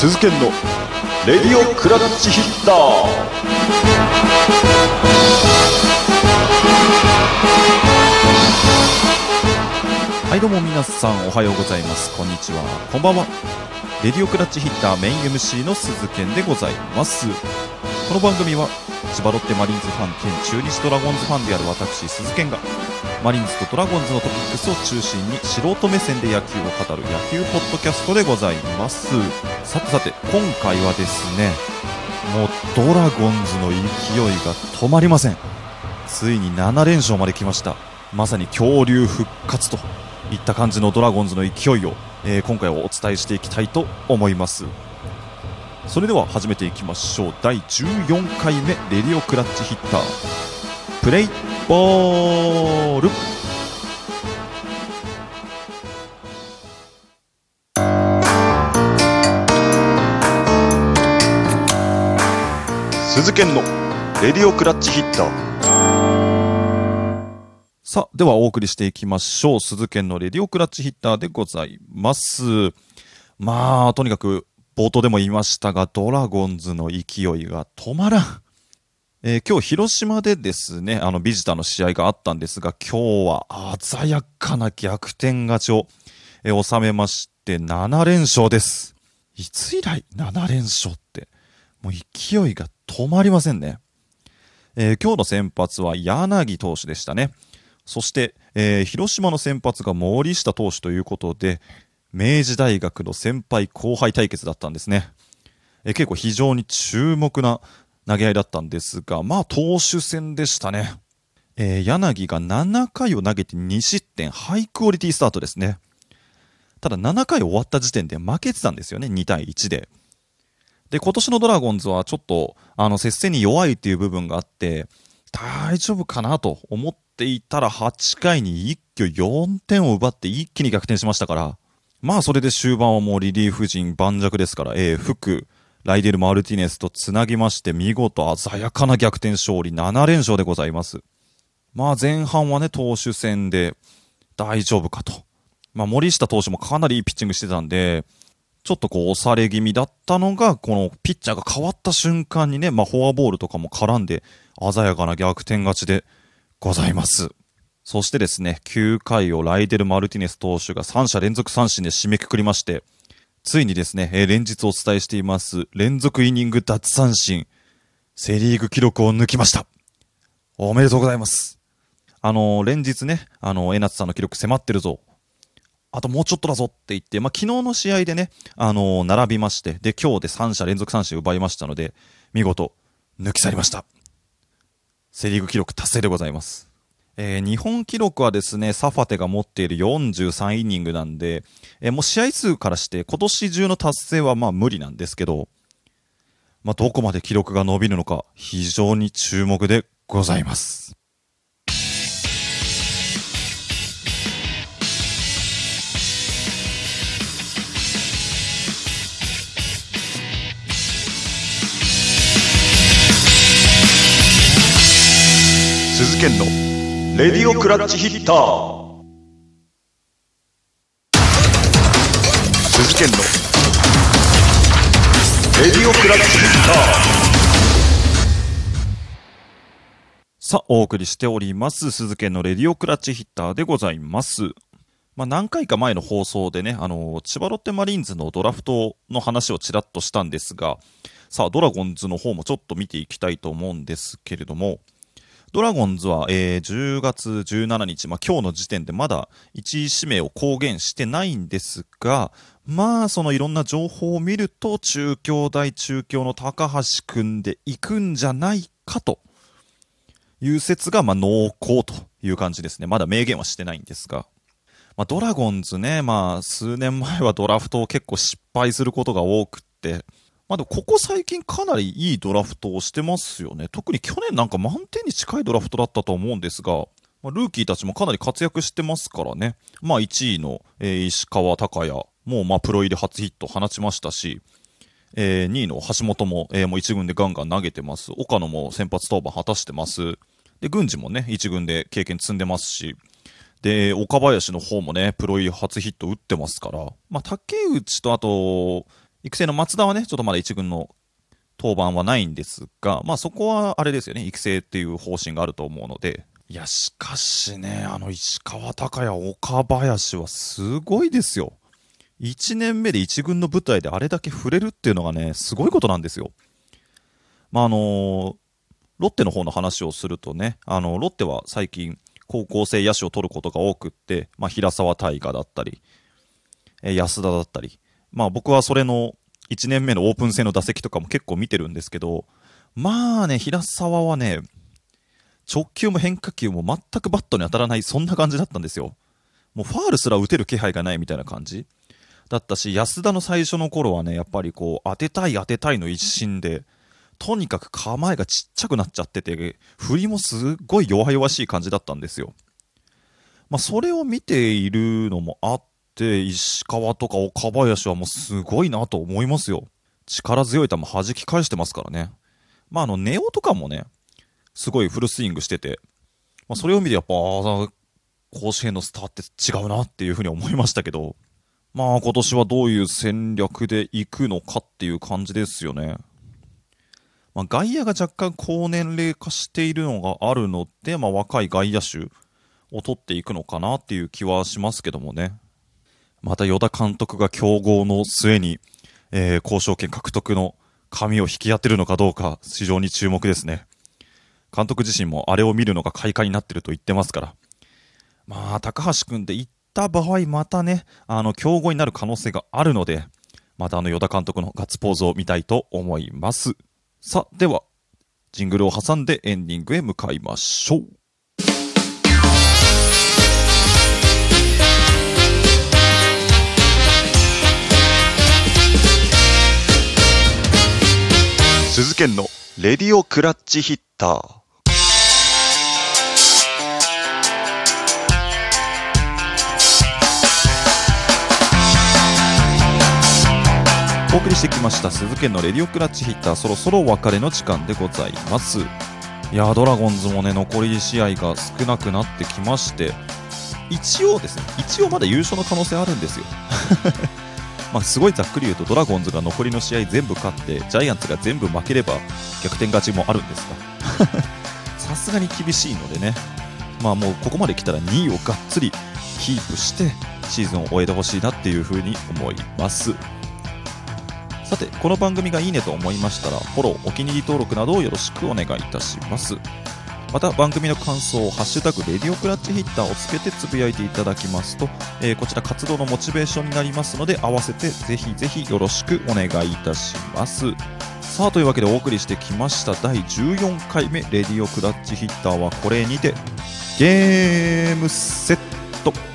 鈴研のレディオクラッチヒッター。はい、どうも皆さんおはようございます。こんにちは、こんばんは。レディオクラッチヒッターメイン MC の鈴研でございます。この番組は千葉ロッテマリーンズファン兼中日ドラゴンズファンである私鈴研がマリーンズとドラゴンズのトピックスを中心に素人目線で野球を語る野球ポッドキャストでございます。さて今回はですね、もうドラゴンズの勢いが止まりません。ついに7連勝まで来ました。まさに恐竜復活といった感じのドラゴンズの勢いを、今回はお伝えしていきたいと思います。それでは始めていきましょう。第14回目レディオクラッチヒッター、プレイボール。鈴研のレディオクラッチヒッター。さあ、ではお送りしていきましょう。鈴研のレディオクラッチヒッターでございます。とにかく冒頭でも言いましたが、ドラゴンズの勢いが止まらん。今日広島でですね、ビジターの試合があったんですが、今日は鮮やかな逆転勝ちを、収めまして7連勝です。いつ以来7連勝って、もう勢いが止まりませんね。今日の先発は柳投手でしたね。そして、広島の先発が森下投手ということで、明治大学の先輩後輩対決だったんですね。結構非常に注目な投げ合いだったんですが、投手戦でしたね。柳が7回を投げて2失点、ハイクオリティスタートですね。ただ7回終わった時点で負けてたんですよね、2対1で。で、今年のドラゴンズはちょっと接戦に弱いっていう部分があって、大丈夫かなと思っていたら8回に一挙4点を奪って一気に逆転しましたから、それで終盤はもうリリーフ陣盤石ですから、福、ライデル・マルティネスとつなぎまして、見事鮮やかな逆転勝利7連勝でございます。前半はね、投手戦で大丈夫かと。森下投手もかなりいいピッチングしてたんで、ちょっと押され気味だったのが、このピッチャーが変わった瞬間にね、フォアボールとかも絡んで、鮮やかな逆転勝ちでございます。そしてですね、9回をライデル・マルティネス投手が3者連続三振で締めくくりまして、ついにですね、連日お伝えしています連続イニング奪三振、セリーグ記録を抜きました。おめでとうございます。連日ね、江夏さんの記録迫ってるぞ、あともうちょっとだぞって言って、昨日の試合でね、並びまして、で、今日で3者連続三振を奪いましたので、見事抜き去りました。セリーグ記録達成でございます。日本記録はですね、サファテが持っている43イニングなんで、もう試合数からして今年中の達成は無理なんですけど、どこまで記録が伸びるのか非常に注目でございます。鈴研のレディオクラッチヒッター。鈴研のレディオクラッチヒッター。さあ、お送りしております鈴研のレディオクラッチヒッターでございます。何回か前の放送でね、千葉ロッテマリーンズのドラフトの話をちらっとしたんですが、さあドラゴンズの方もちょっと見ていきたいと思うんですけれども、ドラゴンズは、10月17日、今日の時点でまだ1位指名を公言してないんですが、そのいろんな情報を見ると、中京大中京の高橋くんで行くんじゃないかという説が濃厚という感じですね。まだ明言はしてないんですが。ドラゴンズね、数年前はドラフトを結構失敗することが多くって、でもここ最近かなりいいドラフトをしてますよね。特に去年なんか満点に近いドラフトだったと思うんですが、ルーキーたちもかなり活躍してますからね。1位の、石川昂弥もプロ入り初ヒット放ちましたし、2位の橋本も、もう1軍でガンガン投げてます。岡野も先発登板果たしてます。で、郡司もね、1軍で経験積んでますし、で、岡林の方もね、プロ入り初ヒット打ってますから、竹内とあと、 育成の松田はね、ちょっとまだ一軍の登板はないんですが、まあそこはあれですよね、育成っていう方針があると思うので、いや、しかしね、石川昂弥、岡林はすごいですよ。1年目で1軍の舞台であれだけ触れるっていうのがね、すごいことなんですよ。まあロッテの方の話をするとね、ロッテは最近、高校生野手を取ることが多くって、まあ、平沢大河だったり、安田だったり、まあ僕はそれの1年目のオープン戦の打席とかも結構見てるんですけど、まあね、平沢はね、直球も変化球も全くバットに当たらない、そんな感じだったんですよ。もうファールすら打てる気配がないみたいな感じだったし、安田の最初の頃はね、やっぱりこう、当てたいの一心で、とにかく構えがちっちゃくなっちゃってて、振りもすっごい弱々しい感じだったんですよ。まあ、それを見ているのもあって、石川とか岡林はもうすごいなと思いますよ。力強い球弾き返してますからね。まあ、ネオとかもね、すごいフルスイングしてて、まあ、それを見てやっぱ、甲子園のスターって違うなっていうふうに思いましたけど、まあ今年はどういう戦略でいくのかっていう感じですよね。まあ、外野が若干高年齢化しているのがあるので、まあ、若い外野手を取っていくのかなっていう気はしますけどもね。また与田監督が競合の末に、交渉権獲得の紙を引き当てるのかどうか非常に注目ですね。監督自身もあれを見るのが快感になってると言ってますから。まあ高橋君で行った場合またね、競合になる可能性があるので、また与田監督のガッツポーズを見たいと思います。さあ、では、ジングルを挟んでエンディングへ向かいましょう。鈴研のレディオクラッチヒッター。お送りしてきました鈴研のレディオクラッチヒッター、そろそろお別れの時間でございます。いやドラゴンズもね、残り試合が少なくなってきまして、一応まだ優勝の可能性あるんですよまあすごいざっくり言うと、ドラゴンズが残りの試合全部勝ってジャイアンツが全部負ければ逆転勝ちもあるんですがさすがに厳しいのでね、まあもうここまで来たら2位をがっつりキープしてシーズンを終えてほしいなっていうふうに思います。さて、この番組がいいねと思いましたらフォロー、お気に入り登録などをよろしくお願いいたします。また番組の感想をハッシュタグレディオクラッチヒッターをつけてつぶやいていただきますと、こちら活動のモチベーションになりますので、合わせてぜひぜひよろしくお願いいたします。さあ、というわけでお送りしてきました第14回目レディオクラッチヒッターはこれにてゲームセット。